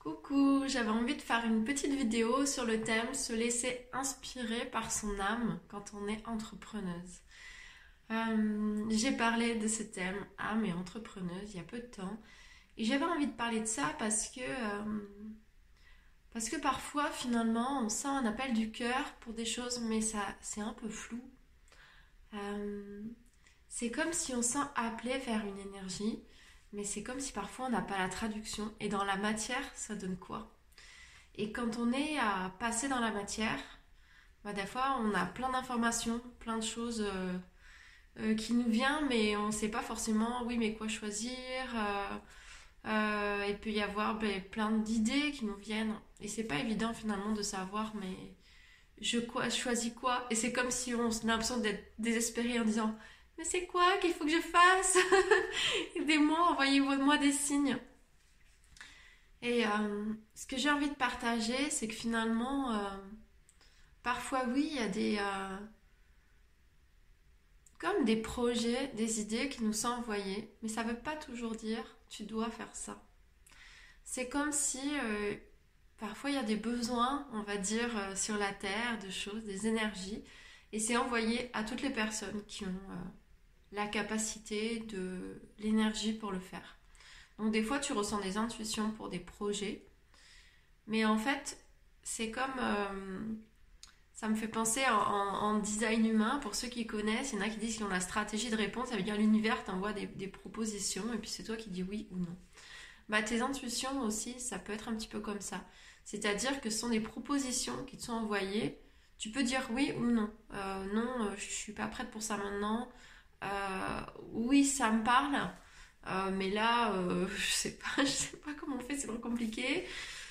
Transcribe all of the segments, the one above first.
Coucou, j'avais envie de faire une petite vidéo sur le thème se laisser inspirer par son âme quand on est entrepreneuse. J'ai parlé de ce thème, âme et entrepreneuse, il y a peu de temps. Et j'avais envie de parler de ça parce que parfois, finalement, on sent un appel du cœur pour des choses, mais ça, c'est un peu flou. Euh, c'est comme si on sent appelé vers une énergie, mais c'est comme si parfois on n'a pas la traduction. Et dans la matière, ça donne quoi? Et quand on est à passer dans la matière, bah, des fois on a plein d'informations, plein de choses qui nous viennent, mais on ne sait pas forcément, oui, mais quoi choisir. Il peut y avoir plein d'idées qui nous viennent. Et c'est pas évident finalement de savoir, mais je choisis quoi? Et c'est comme si on a l'impression d'être désespéré en disant, mais c'est quoi qu'il faut que je fasse? Aidez-moi, envoyez-moi des signes. Et ce que j'ai envie de partager, c'est que finalement, parfois oui, il y a comme des projets, des idées qui nous sont envoyées, mais ça ne veut pas toujours dire tu dois faire ça. C'est comme si parfois il y a des besoins, on va dire, sur la Terre, de choses, des énergies, et c'est envoyé à toutes les personnes qui ont la capacité de l'énergie pour le faire. Donc des fois tu ressens des intuitions pour des projets, mais en fait c'est comme ça me fait penser en design humain, pour ceux qui connaissent, il y en a qui disent qu'ils ont la stratégie de réponse, ça veut dire l'univers t'envoie des propositions et puis c'est toi qui dis oui ou non. Bah, tes intuitions aussi, ça peut être un petit peu comme ça. C'est-à-dire que ce sont des propositions qui te sont envoyées, tu peux dire oui ou non. Non, je suis pas prête pour ça maintenant. Oui, ça me parle, mais là, je sais pas, je sais pas comment on fait, c'est trop compliqué.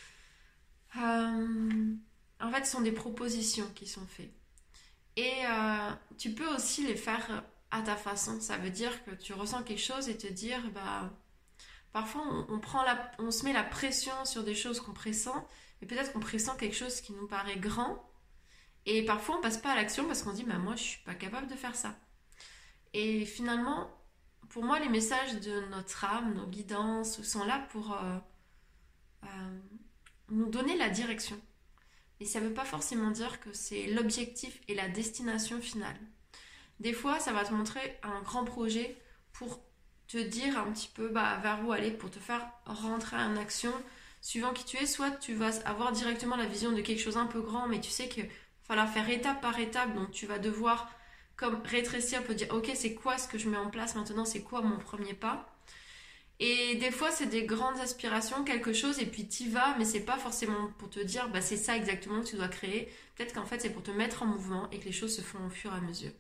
En fait, ce sont des propositions qui sont faites. Et tu peux aussi les faire à ta façon. Ça veut dire que tu ressens quelque chose et te dire, bah, parfois on se met la pression sur des choses qu'on pressent, mais peut-être qu'on pressent quelque chose qui nous paraît grand. Et parfois on passe pas à l'action parce qu'on se dit, bah, moi je suis pas capable de faire ça. Et finalement, pour moi, les messages de notre âme, nos guidances, sont là pour euh, nous donner la direction. Et ça ne veut pas forcément dire que c'est l'objectif et la destination finale. Des fois, ça va te montrer un grand projet pour te dire un petit peu vers où aller, pour te faire rentrer en action suivant qui tu es. Soit tu vas avoir directement la vision de quelque chose un peu grand, mais tu sais qu'il va falloir faire étape par étape, donc tu vas devoir comme rétrécir pour dire ok, c'est quoi ce que je mets en place maintenant, c'est quoi mon premier pas. Et des fois, c'est des grandes aspirations, quelque chose, et puis t'y vas, mais c'est pas forcément pour te dire, bah, c'est ça exactement que tu dois créer. Peut-être qu'en fait, c'est pour te mettre en mouvement et que les choses se font au fur et à mesure.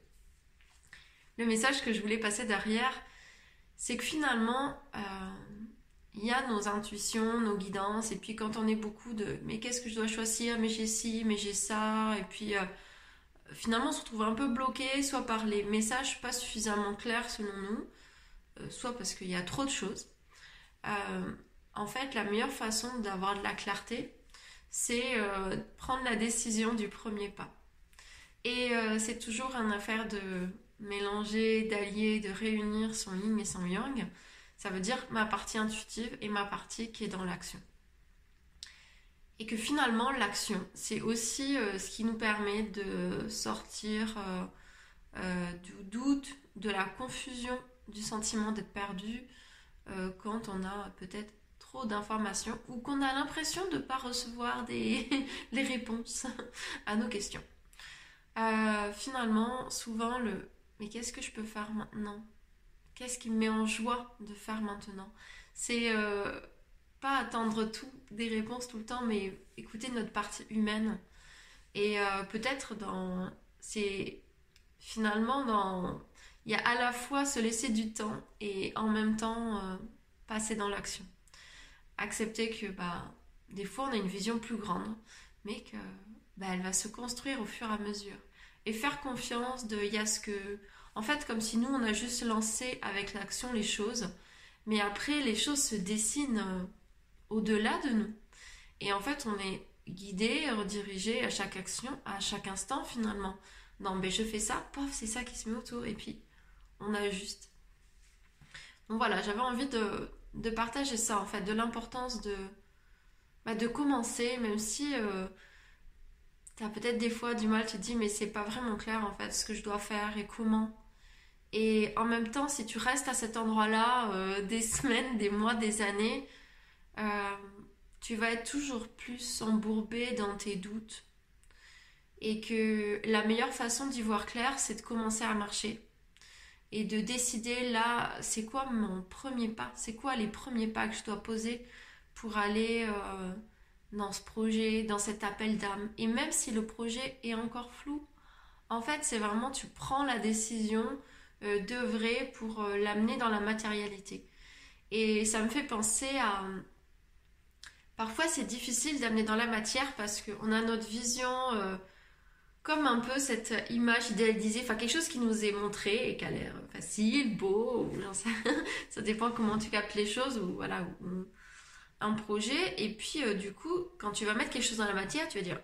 Le message que je voulais passer derrière, c'est que finalement, il y a nos intuitions, nos guidances, et puis quand on est beaucoup de, mais qu'est-ce que je dois choisir, mais j'ai ci, mais j'ai ça, et puis finalement, on se retrouve un peu bloqué, soit par les messages pas suffisamment clairs selon nous, soit parce qu'il y a trop de choses. Euh, En fait, la meilleure façon d'avoir de la clarté, c'est prendre la décision du premier pas. Et c'est toujours une affaire de mélanger, d'allier, de réunir son yin et son yang. Ça veut dire ma partie intuitive et ma partie qui est dans l'action. Et que finalement, l'action, c'est aussi ce qui nous permet de sortir du doute, de la confusion, du sentiment d'être perdu, quand on a peut-être trop d'informations ou qu'on a l'impression de ne pas recevoir les réponses à nos questions. Finalement, souvent, mais qu'est-ce que je peux faire maintenant? Qu'est-ce qui me met en joie de faire maintenant? C'est pas attendre tout, des réponses tout le temps, mais écouter notre partie humaine. Et peut-être c'est finalement il y a à la fois se laisser du temps et en même temps passer dans l'action. Accepter que des fois on a une vision plus grande, mais que elle va se construire au fur et à mesure. Et faire confiance il y a ce que... En fait, comme si nous on a juste lancé avec l'action les choses, mais après les choses se dessinent au-delà de nous. Et en fait on est guidé, redirigé à chaque action, à chaque instant finalement. Non, mais je fais ça, pof, c'est ça qui se met autour. Et puis on ajuste. Donc voilà, j'avais envie de partager ça en fait, de l'importance de commencer, même si t'as peut-être des fois du mal, tu te dis mais c'est pas vraiment clair en fait ce que je dois faire et comment. Et en même temps, si tu restes à cet endroit-là des semaines, des mois, des années, euh, tu vas être toujours plus embourbé dans tes doutes. Et que la meilleure façon d'y voir clair, c'est de commencer à marcher. Et de décider là, c'est quoi mon premier pas? C'est quoi les premiers pas que je dois poser pour aller dans ce projet, dans cet appel d'âme? Et même si le projet est encore flou, en fait, c'est vraiment, tu prends la décision d'œuvrer pour l'amener dans la matérialité. Et ça me fait penser à... Parfois, c'est difficile d'amener dans la matière parce qu'on a notre vision comme un peu cette image idéalisée, enfin quelque chose qui nous est montré et qui a l'air facile, beau, ou j'en sais rien. Ça dépend comment tu captes les choses, ou voilà, ou un projet. Et puis, du coup, quand tu vas mettre quelque chose dans la matière, tu vas dire,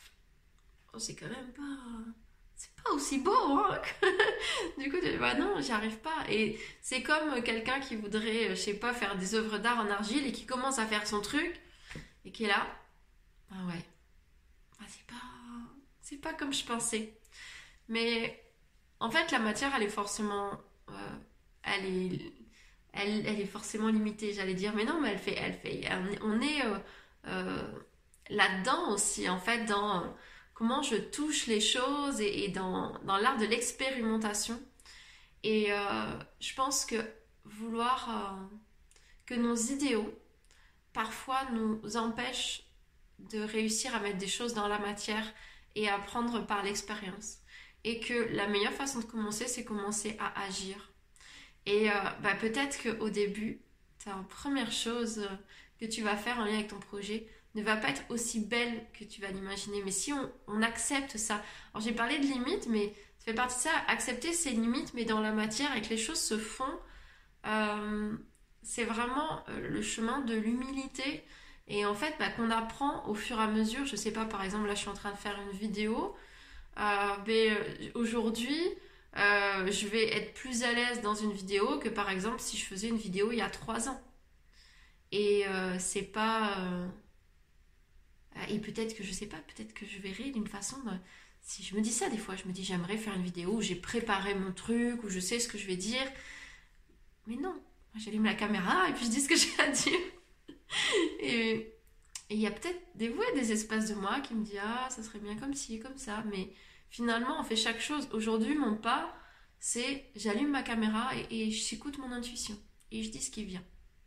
oh, c'est quand même pas... C'est pas aussi beau, hein. Du coup, tu dis, bah non, j'y arrive pas. Et c'est comme quelqu'un qui voudrait, je sais pas, faire des œuvres d'art en argile et qui commence à faire son truc et qui est là. Ah ouais, ah, c'est pas comme je pensais. Mais en fait, la matière, elle est forcément, elle est, elle est forcément limitée, j'allais dire. Mais non, mais on est euh, là-dedans aussi, en fait, dans comment je touche les choses et dans l'art de l'expérimentation. Et je pense que vouloir que nos idéaux parfois nous empêchent de réussir à mettre des choses dans la matière et apprendre par l'expérience. Et que la meilleure façon de commencer, c'est commencer à agir. Et peut-être qu'au début, ta première chose que tu vas faire en lien avec ton projet ne va pas être aussi belle que tu vas l'imaginer. Mais si on accepte ça, alors j'ai parlé de limites, mais ça fait partie de ça, accepter ses limites, mais dans la matière et que les choses se font, euh, c'est vraiment le chemin de l'humilité. Et en fait, qu'on apprend au fur et à mesure. Je sais pas, par exemple, là je suis en train de faire une vidéo. Aujourd'hui, je vais être plus à l'aise dans une vidéo que par exemple si je faisais une vidéo il y a 3 ans. Et c'est pas. Et peut-être que je sais pas, peut-être que je verrai d'une façon. Si je me dis ça des fois, je me dis j'aimerais faire une vidéo où j'ai préparé mon truc, où je sais ce que je vais dire. Mais non, j'allume la caméra et puis je dis ce que j'ai à dire. Et il y a peut-être des espaces de moi qui me disent ah, ça serait bien comme ci, comme ça. Mais finalement, on fait chaque chose. Aujourd'hui, mon pas, c'est j'allume ma caméra et j'écoute mon intuition. Et je dis ce qui vient.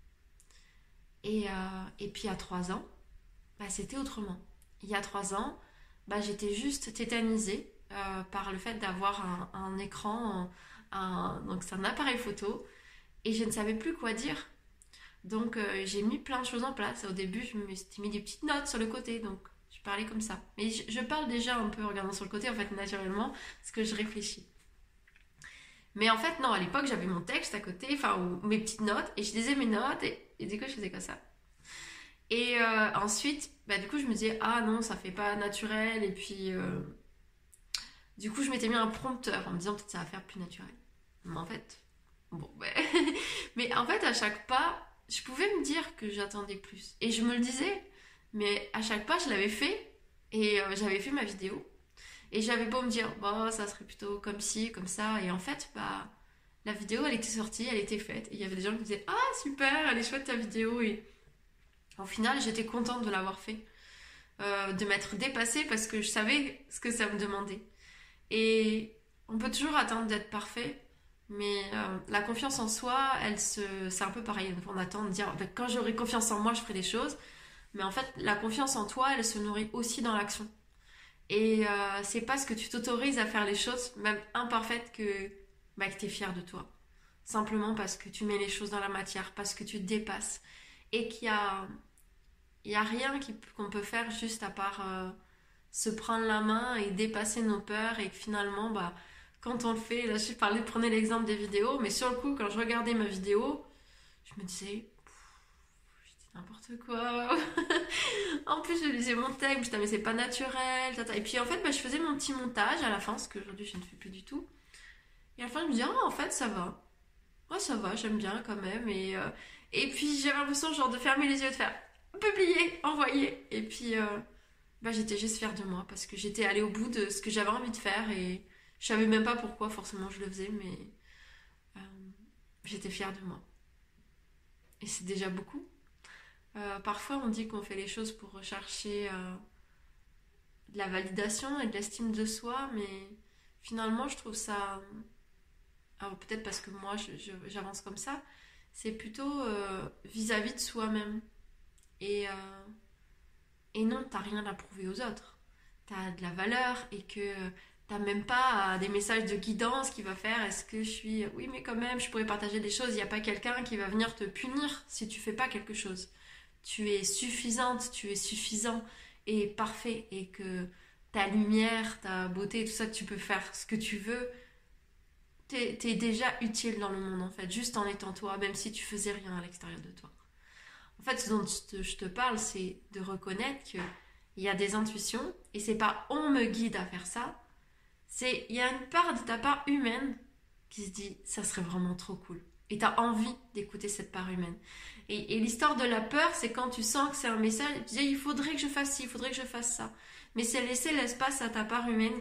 Et puis à 3 ans, c'était autrement. Il y a 3 ans, j'étais juste tétanisée par le fait d'avoir un écran, donc c'est un appareil photo, et je ne savais plus quoi dire. Donc j'ai mis plein de choses en place. Au début, je me suis mis des petites notes sur le côté, donc je parlais comme ça. Mais je parle déjà un peu en regardant sur le côté, en fait, naturellement, parce que je réfléchis. Mais en fait, non, à l'époque, j'avais mon texte à côté, enfin, ou mes petites notes, et je lisais mes notes, et du coup, je faisais comme ça. Et ensuite, du coup, je me disais, ah non, ça fait pas naturel, et puis, du coup, je m'étais mis un prompteur en me disant, peut-être ça va faire plus naturel. Mais en fait, bon, mais en fait, à chaque pas, je pouvais me dire que j'attendais plus. Et je me le disais, mais à chaque pas, je l'avais fait, et j'avais fait ma vidéo. Et j'avais beau me dire, bon, ça serait plutôt comme ci, comme ça. Et en fait, la vidéo, elle était sortie, elle était faite. Et il y avait des gens qui me disaient, ah, super, elle est chouette ta vidéo. Et au final, j'étais contente de l'avoir fait. De m'être dépassée parce que je savais ce que ça me demandait. Et on peut toujours attendre d'être parfait. Mais la confiance en soi, c'est un peu pareil. On attend de dire, quand j'aurai confiance en moi, je ferai des choses. Mais en fait, la confiance en toi, elle se nourrit aussi dans l'action. Et c'est parce que tu t'autorises à faire les choses, même imparfaites, que tu es fier de toi. Simplement parce que tu mets les choses dans la matière, parce que tu te dépasses. Et qu'il y a rien qu'on peut faire juste à part se prendre la main et dépasser nos peurs. Et que finalement, quand on le fait, là prenez l'exemple des vidéos, mais sur le coup, quand je regardais ma vidéo, je me disais, n'importe quoi. En plus, je lisais mon texte, putain, mais c'est pas naturel. Tata. Et puis en fait, je faisais mon petit montage à la fin, ce qu'aujourd'hui je ne fais plus du tout. Et à la fin, je me disais, ah, en fait, ça va. Ouais, ça va, j'aime bien quand même. Et puis j'avais l'impression genre de fermer les yeux et de faire. publié, envoyé. Et puis, j'étais juste fière de moi parce que j'étais allée au bout de ce que j'avais envie de faire et je savais même pas pourquoi forcément je le faisais, mais euh, j'étais fière de moi. Et c'est déjà beaucoup. Parfois, on dit qu'on fait les choses pour rechercher de la validation et de l'estime de soi, mais finalement, je trouve ça. Alors, peut-être parce que moi, j'avance comme ça, c'est plutôt vis-à-vis de soi-même. Et, euh, et non, t'as rien à prouver aux autres. T'as de la valeur et que t'as même pas des messages de guidance qui va faire est-ce que je suis. Oui, mais quand même, je pourrais partager des choses. Il n'y a pas quelqu'un qui va venir te punir si tu fais pas quelque chose. Tu es suffisante, tu es suffisant et parfait. Et que ta lumière, ta beauté, tout ça, tu peux faire ce que tu veux. T'es déjà utile dans le monde en fait, juste en étant toi, même si tu faisais rien à l'extérieur de toi. En fait, ce dont je te parle, c'est de reconnaître qu'il y a des intuitions et c'est pas on me guide à faire ça, c'est il y a une part de ta part humaine qui se dit ça serait vraiment trop cool. Et tu as envie d'écouter cette part humaine. Et l'histoire de la peur, c'est quand tu sens que c'est un message, tu dis il faudrait que je fasse ci, il faudrait que je fasse ça. Mais c'est laisser l'espace à ta part humaine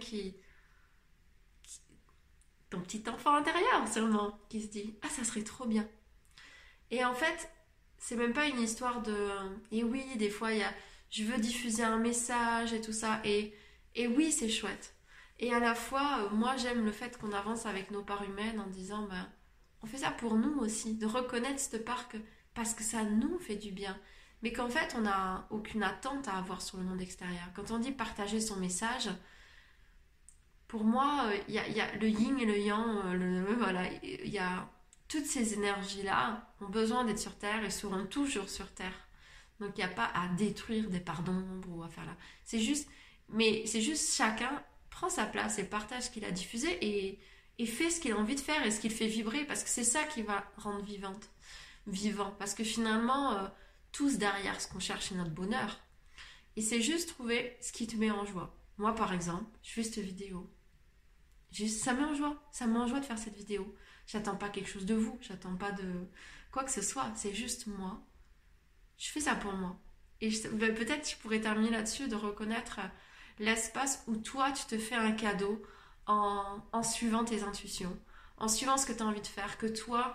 ton petit enfant intérieur seulement, qui se dit ah ça serait trop bien. Et en fait, c'est même pas une histoire de. Et oui, des fois, il y a. Je veux diffuser un message et tout ça. Et oui, c'est chouette. Et à la fois, moi, j'aime le fait qu'on avance avec nos parts humaines en disant, bah, on fait ça pour nous aussi, de reconnaître cette part parce que ça nous fait du bien. Mais qu'en fait, on n'a aucune attente à avoir sur le monde extérieur. Quand on dit partager son message, pour moi, il y a le yin et le yang, voilà, il y a toutes ces énergies-là ont besoin d'être sur Terre et seront toujours sur Terre. Donc il n'y a pas à détruire des parts d'ombre ou à faire là. C'est juste chacun prend sa place et partage ce qu'il a diffusé et fait ce qu'il a envie de faire et ce qu'il fait vibrer parce que c'est ça qui va rendre vivant. Parce que finalement, tous derrière ce qu'on cherche, c'est notre bonheur. Et c'est juste trouver ce qui te met en joie. Moi, par exemple, je fais cette vidéo. Ça met en joie. Ça me met en joie de faire cette vidéo. J'attends pas quelque chose de vous. J'attends pas de quoi que ce soit. C'est juste moi. Je fais ça pour moi. Et peut-être je pourrais terminer là-dessus de reconnaître l'espace où toi, tu te fais un cadeau en suivant tes intuitions, en suivant ce que tu as envie de faire, que toi,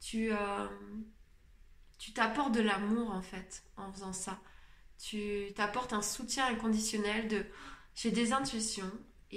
tu t'apportes de l'amour en fait en faisant ça. Tu t'apportes un soutien inconditionnel de j'ai des intuitions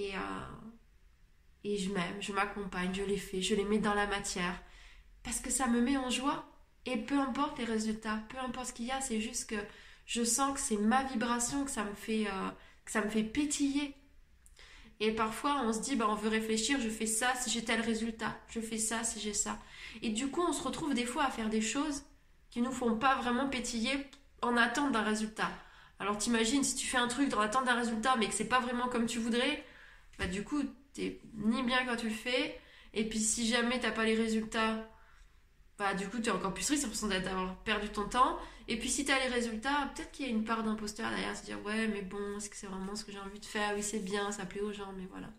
et je m'aime, je m'accompagne, je les fais, je les mets dans la matière parce que ça me met en joie. Et peu importe les résultats, peu importe ce qu'il y a, c'est juste que je sens que c'est ma vibration, que ça me fait pétiller. Et parfois, on se dit, bah, on veut réfléchir, je fais ça si j'ai tel résultat, je fais ça si j'ai ça. Et du coup, on se retrouve des fois à faire des choses qui nous font pas vraiment pétiller en attente d'un résultat. Alors t'imagines, si tu fais un truc dans l'attente d'un résultat, mais que c'est pas vraiment comme tu voudrais, bah du coup, t'es ni bien quand tu le fais, et puis si jamais t'as pas les résultats, bah du coup tu es encore plus triste, t'as l'impression d'avoir perdu ton temps. Et puis si tu as les résultats, peut-être qu'il y a une part d'imposteur derrière, se dire ouais mais bon, est-ce que c'est vraiment ce que j'ai envie de faire? Oui c'est bien, ça plaît aux gens, mais voilà.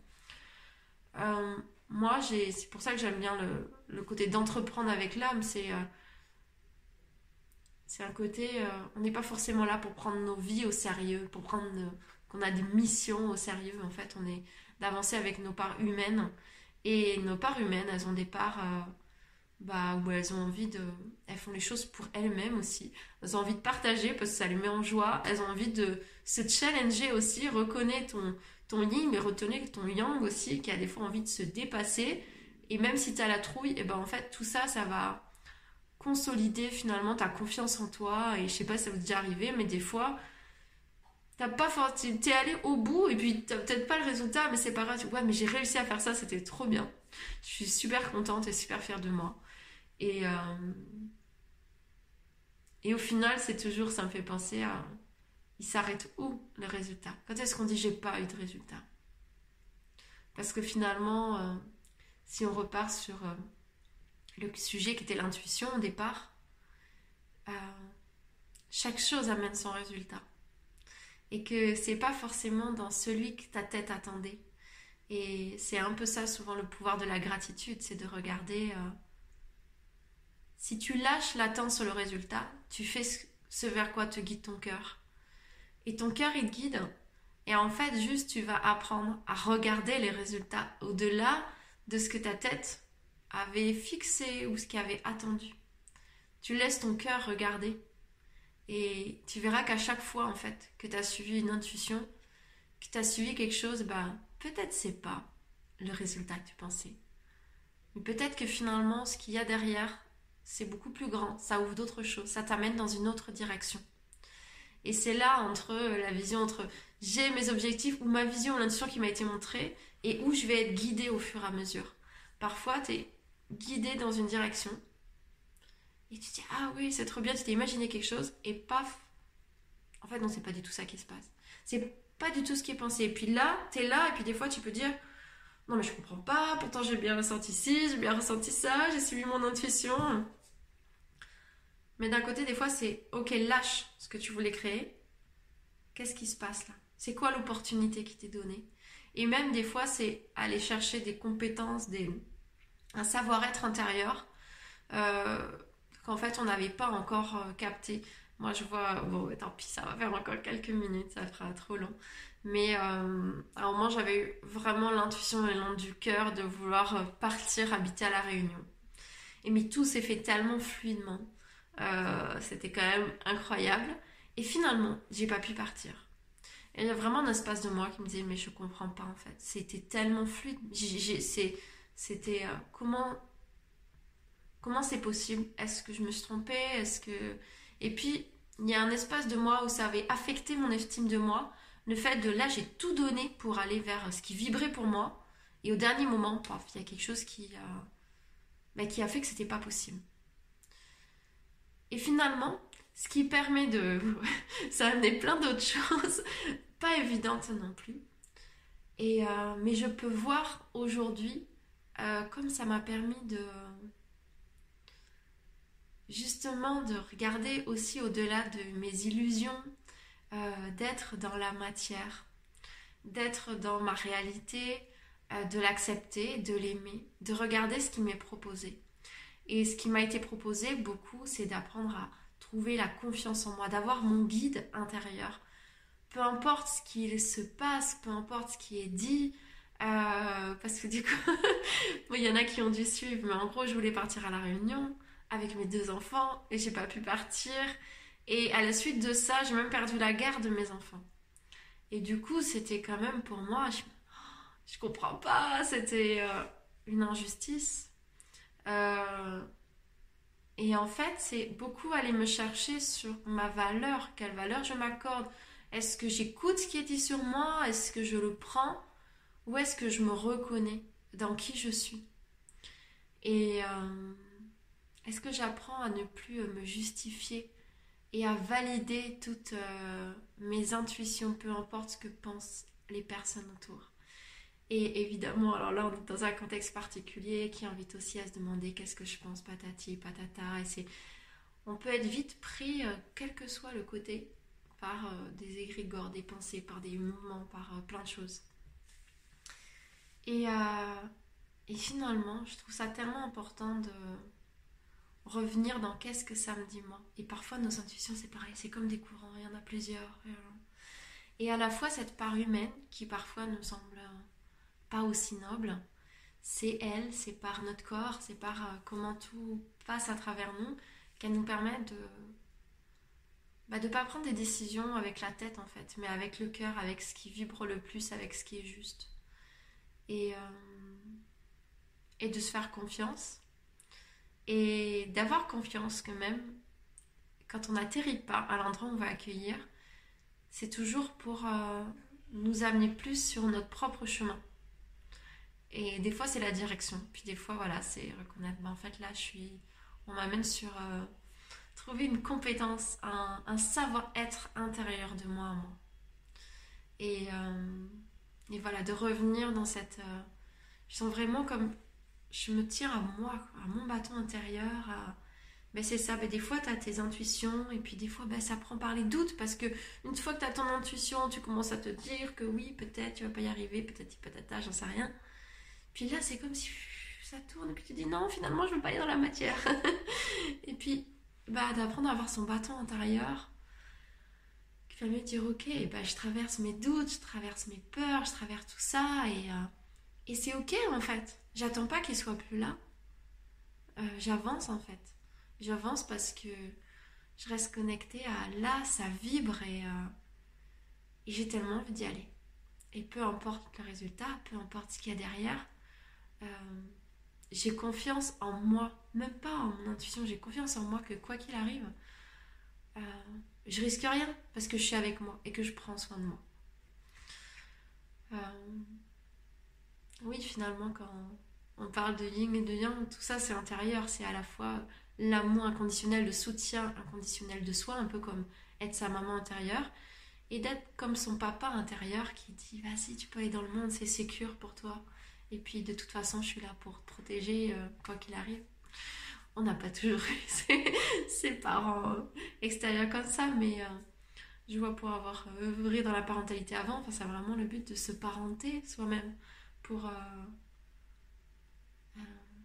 Moi c'est pour ça que j'aime bien le côté d'entreprendre avec l'âme, c'est un côté, on n'est pas forcément là pour prendre nos vies au sérieux, pour prendre qu'on a des missions au sérieux, en fait on est d'avancer avec nos parts humaines. Et nos parts humaines, elles ont des parts où elles ont envie de. Elles font les choses pour elles-mêmes aussi. Elles ont envie de partager parce que ça les met en joie. Elles ont envie de se challenger aussi. Reconnais ton yin, mais retenez ton yang aussi, qui a des fois envie de se dépasser. Et même si tu as la trouille, et ben en fait, tout ça, ça va consolider finalement ta confiance en toi. Et je sais pas si ça vous est déjà arrivé, mais des fois, t'es allé au bout et puis t'as peut-être pas le résultat, mais c'est pas grave. Ouais, mais j'ai réussi à faire ça, c'était trop bien. Je suis super contente et super fière de moi. Et, euh, et au final, c'est toujours, ça me fait penser à, il s'arrête où le résultat? Quand est-ce qu'on dit j'ai pas eu de résultat? Parce que finalement, si on repart sur le sujet qui était l'intuition au départ, euh, chaque chose amène son résultat. Et que c'est pas forcément dans celui que ta tête attendait. Et c'est un peu ça souvent le pouvoir de la gratitude, c'est de regarder si tu lâches l'attente sur le résultat, tu fais ce vers quoi te guide ton cœur. Et ton cœur, il te guide. Et en fait, juste, tu vas apprendre à regarder les résultats au-delà de ce que ta tête avait fixé ou ce qu'elle avait attendu. Tu laisses ton cœur regarder. Et tu verras qu'à chaque fois, en fait, que tu as suivi une intuition, que tu as suivi quelque chose, peut-être c'est pas le résultat que tu pensais. Mais peut-être que finalement, ce qu'il y a derrière, c'est beaucoup plus grand. Ça ouvre d'autres choses. Ça t'amène dans une autre direction. Et c'est là, entre la vision, entre j'ai mes objectifs ou ma vision, l'intuition qui m'a été montrée, et où je vais être guidée au fur et à mesure. Parfois, tu es guidé dans une direction, et tu te dis, ah oui, c'est trop bien, tu t'es imaginé quelque chose, et paf, en fait, non, c'est pas du tout ça qui se passe. C'est pas du tout ce qui est pensé. Et puis là, t'es là, et puis des fois, tu peux dire, non, mais je comprends pas, pourtant j'ai bien ressenti ci, j'ai bien ressenti ça, j'ai suivi mon intuition. Mais d'un côté, des fois, c'est, ok, lâche ce que tu voulais créer. Qu'est-ce qui se passe là? C'est quoi l'opportunité qui t'est donnée? Et même des fois, c'est aller chercher des compétences, un savoir-être intérieur qu'en fait, on n'avait pas encore capté. Moi, je vois, bon, tant pis, ça va faire encore quelques minutes, ça fera trop long. Mais à un moment, j'avais eu vraiment l'intuition et l'élan du cœur de vouloir partir habiter à La Réunion. Et mais tout s'est fait tellement fluidement. C'était quand même incroyable. Et finalement, j'ai pas pu partir. Et il y a vraiment un espace de moi qui me disait, mais je comprends pas en fait. C'était tellement fluide. C'était comment c'est possible? Est-ce que je me suis trompée? Et puis, il y a un espace de moi où ça avait affecté mon estime de moi. Le fait de là, j'ai tout donné pour aller vers ce qui vibrait pour moi. Et au dernier moment, paf, il y a quelque chose qui a fait que c'était pas possible. Et finalement, ce qui permet de... ça a amené plein d'autres choses, pas évidentes non plus. Mais je peux voir aujourd'hui comme ça m'a permis justement de regarder aussi au-delà de mes illusions, d'être dans la matière, d'être dans ma réalité, de l'accepter, de l'aimer, de regarder ce qui m'est proposé. Et ce qui m'a été proposé beaucoup, c'est d'apprendre à trouver la confiance en moi, d'avoir mon guide intérieur. Peu importe ce qu'il se passe, peu importe ce qui est dit, parce que du coup, il y en a qui ont dû suivre, mais en gros, je voulais partir à La Réunion avec mes 2 enfants et j'ai pas pu partir. Et à la suite de ça, j'ai même perdu la garde de mes enfants. Et du coup, c'était quand même pour moi, je comprends pas, c'était une injustice. Euh, et en fait, c'est beaucoup aller me chercher sur ma valeur. Quelle valeur je m'accorde? Est-ce que j'écoute ce qui est dit sur moi? Est-ce que je le prends? Ou est-ce que je me reconnais dans qui je suis? Et est-ce que j'apprends à ne plus me justifier et à valider toutes mes intuitions, peu importe ce que pensent les personnes autour? Et évidemment, alors là, on est dans un contexte particulier qui invite aussi à se demander qu'est-ce que je pense, patati, patata. On peut être vite pris, quel que soit le côté, par des égrégores, des pensées, par des mouvements, par plein de choses. Et, et finalement, je trouve ça tellement important de revenir dans qu'est-ce que ça me dit moi. Et parfois, nos intuitions, c'est pareil, c'est comme des courants, il y en a plusieurs. Et à la fois, cette part humaine qui parfois nous semble pas aussi noble, c'est elle, c'est par notre corps, c'est par comment tout passe à travers nous, qu'elle nous permet de pas prendre des décisions avec la tête en fait, mais avec le cœur, avec ce qui vibre le plus, avec ce qui est juste. Et de se faire confiance. Et d'avoir confiance que même quand on n'atterrit pas à l'endroit où on va accueillir, c'est toujours pour nous amener plus sur notre propre chemin. Et des fois, c'est la direction. Puis des fois, voilà, c'est reconnaître, en fait, là, on m'amène sur trouver une compétence, un savoir-être intérieur de moi à moi. Et voilà, de revenir dans cette... je sens vraiment comme... Je me tire à moi, à mon bâton intérieur. Ben c'est ça, ben des fois, tu as tes intuitions. Et puis des fois, ben, ça prend par les doutes. Parce que une fois que tu as ton intuition, tu commences à te dire que oui, peut-être, tu vas pas y arriver. Peut-être, peut-être, j'en sais rien. Puis là, c'est comme si ça tourne et puis tu dis non, finalement, je veux pas aller dans la matière. Et puis, d'apprendre à avoir son bâton intérieur qui va mieux dire ok, je traverse mes doutes, je traverse mes peurs, je traverse tout ça et c'est ok en fait. J'attends pas qu'il soit plus là. J'avance en fait. J'avance parce que je reste connectée à là, ça vibre et j'ai tellement envie d'y aller. Et peu importe le résultat, peu importe ce qu'il y a derrière, euh, j'ai confiance en moi, même pas en mon intuition, j'ai confiance en moi que quoi qu'il arrive, euh, je risque rien parce que je suis avec moi et que je prends soin de moi. Euh, oui, finalement, quand on parle de yin et de yang, tout ça c'est intérieur, c'est à la fois l'amour inconditionnel, le soutien inconditionnel de soi, un peu comme être sa maman intérieure, et d'être comme son papa intérieur qui dit vas-y, tu peux aller dans le monde, c'est sécure pour toi. Et puis de toute façon, je suis là pour te protéger quoi qu'il arrive. On n'a pas toujours eu ses parents extérieurs comme ça, mais je vois pour avoir œuvré dans la parentalité avant, enfin, c'est vraiment le but de se parenter soi-même pour euh,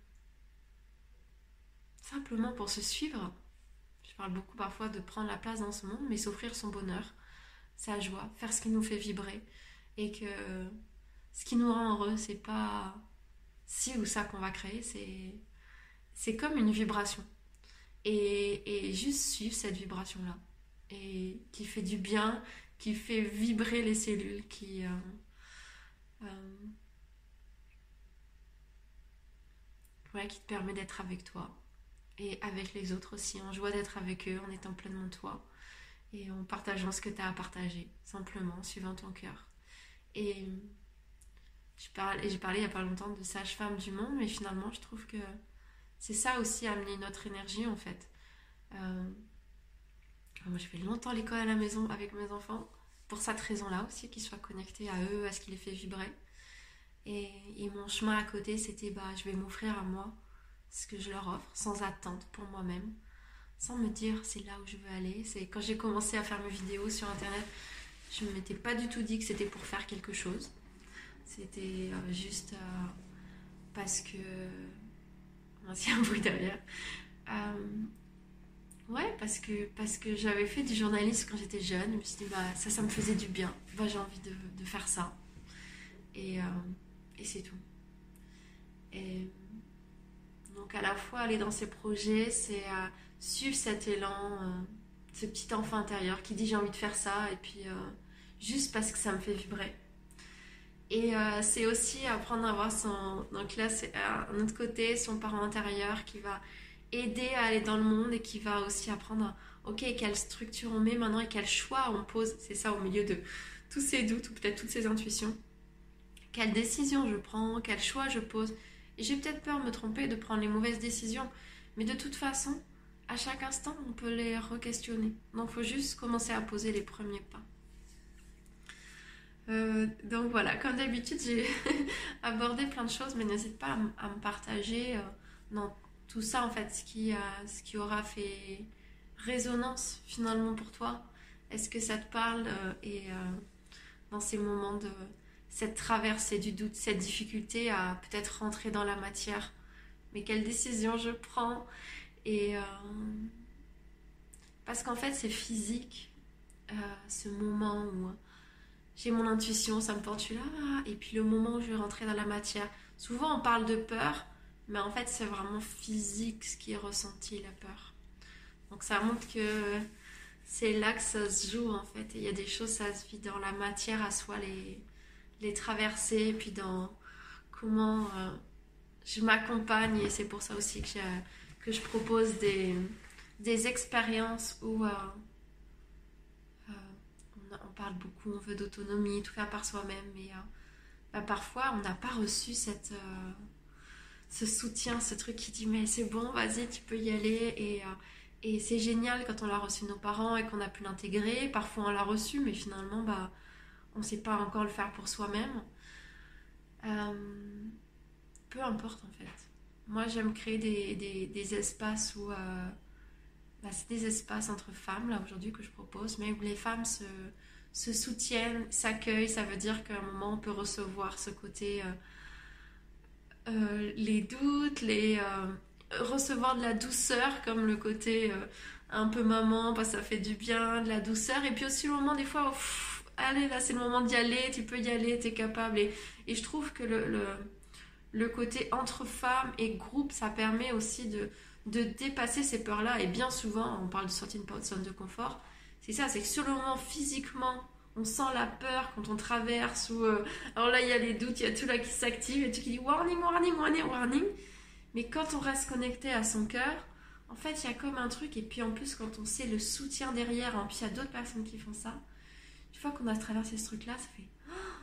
simplement pour se suivre. Je parle beaucoup parfois de prendre la place dans ce monde, mais s'offrir son bonheur, sa joie, faire ce qui nous fait vibrer et que ce qui nous rend heureux, c'est pas ci ou ça qu'on va créer, c'est comme une vibration. Et juste suivre cette vibration-là. Et qui fait du bien, qui fait vibrer les cellules, euh, ouais, qui te permet d'être avec toi. Et avec les autres aussi, en joie d'être avec eux, en étant pleinement toi. Et en partageant ce que tu as à partager, simplement, en suivant ton cœur. Et j'ai parlé il n'y a pas longtemps de sage-femme du monde, mais finalement, je trouve que c'est ça aussi, amener notre énergie, en fait. Euh, Moi, je fais longtemps l'école à la maison avec mes enfants, pour cette raison-là aussi, qu'ils soient connectés à eux, à ce qui les fait vibrer. Et mon chemin à côté, c'était je vais m'offrir à moi ce que je leur offre, sans attente pour moi-même, sans me dire c'est là où je veux aller. C'est quand j'ai commencé à faire mes vidéos sur internet, je ne m'étais pas du tout dit que c'était pour faire quelque chose. C'était juste parce que. Il y a un bruit derrière. Ouais, parce que j'avais fait du journalisme quand j'étais jeune. Je me suis dit, ça me faisait du bien. J'ai envie de faire ça. Et, euh, et c'est tout. Et donc, à la fois, aller dans ces projets, c'est suivre cet élan, ce petit enfant intérieur qui dit j'ai envie de faire ça. Et puis, juste parce que ça me fait vibrer. Et c'est aussi apprendre à avoir son. Donc là, c'est un autre côté, son parent intérieur qui va aider à aller dans le monde et qui va aussi apprendre ok, quelle structure on met maintenant et quel choix on pose. C'est ça, au milieu de tous ces doutes ou peut-être toutes ces intuitions. Quelle décision je prends, quel choix je pose. Et j'ai peut-être peur de me tromper, de prendre les mauvaises décisions. Mais de toute façon, à chaque instant, on peut les re-questionner. Donc il faut juste commencer à poser les premiers pas. Donc voilà, comme d'habitude, j'ai abordé plein de choses, mais n'hésite pas à me partager dans tout ça, en fait, ce qui aura fait résonance finalement pour toi. Est-ce que ça te parle dans ces moments de cette traversée du doute, cette difficulté à peut-être rentrer dans la matière, mais quelle décision je prends et parce qu'en fait, c'est physique, ce moment où j'ai mon intuition, ça me porte là, et puis le moment où je vais rentrer dans la matière. Souvent on parle de peur, mais en fait c'est vraiment physique ce qui est ressenti, la peur. Donc ça montre que c'est là que ça se joue en fait. Et il y a des choses, ça se vit dans la matière à soi, les traverser, et puis dans comment je m'accompagne. Et c'est pour ça aussi que je propose des expériences où on parle beaucoup, on veut d'autonomie, tout faire par soi-même, mais parfois on n'a pas reçu ce soutien, ce truc qui dit mais c'est bon, vas-y, tu peux y aller. Et c'est génial quand on l'a reçu de nos parents et qu'on a pu l'intégrer. Parfois on l'a reçu, mais finalement on ne sait pas encore le faire pour soi-même. Peu importe en fait. Moi j'aime créer des espaces où c'est des espaces entre femmes là aujourd'hui que je propose, mais où les femmes se soutiennent, s'accueillent. Ça veut dire qu'à un moment on peut recevoir ce côté les doutes, recevoir de la douceur, comme le côté un peu maman, bah, ça fait du bien, de la douceur. Et puis aussi le moment des fois où, allez, là c'est le moment d'y aller, tu peux y aller, t'es capable. Et je trouve que le côté entre femmes et groupe, ça permet aussi de dépasser ces peurs-là. Et bien souvent, on parle de sortir de zone de confort, c'est ça, c'est que sur le moment, physiquement, on sent la peur quand on traverse, ou alors là, il y a les doutes, il y a tout là qui s'active, et tout qui dit warning, warning, warning, warning. Mais quand on reste connecté à son cœur, en fait, il y a comme un truc, et puis en plus, quand on sait le soutien derrière, hein, puis il y a d'autres personnes qui font ça, une fois qu'on a traversé ce truc-là, ça fait...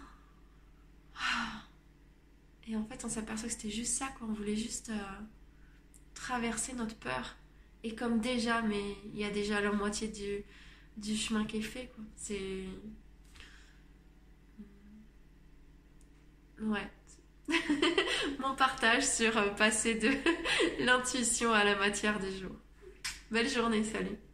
Et en fait, on s'aperçoit que c'était juste ça, quoi. On voulait juste traverser notre peur. Et comme déjà, mais il y a déjà la moitié du chemin qui est fait, quoi. C'est... Ouais. Mon partage sur passer de l'intuition à la matière du jour. Belle journée, salut.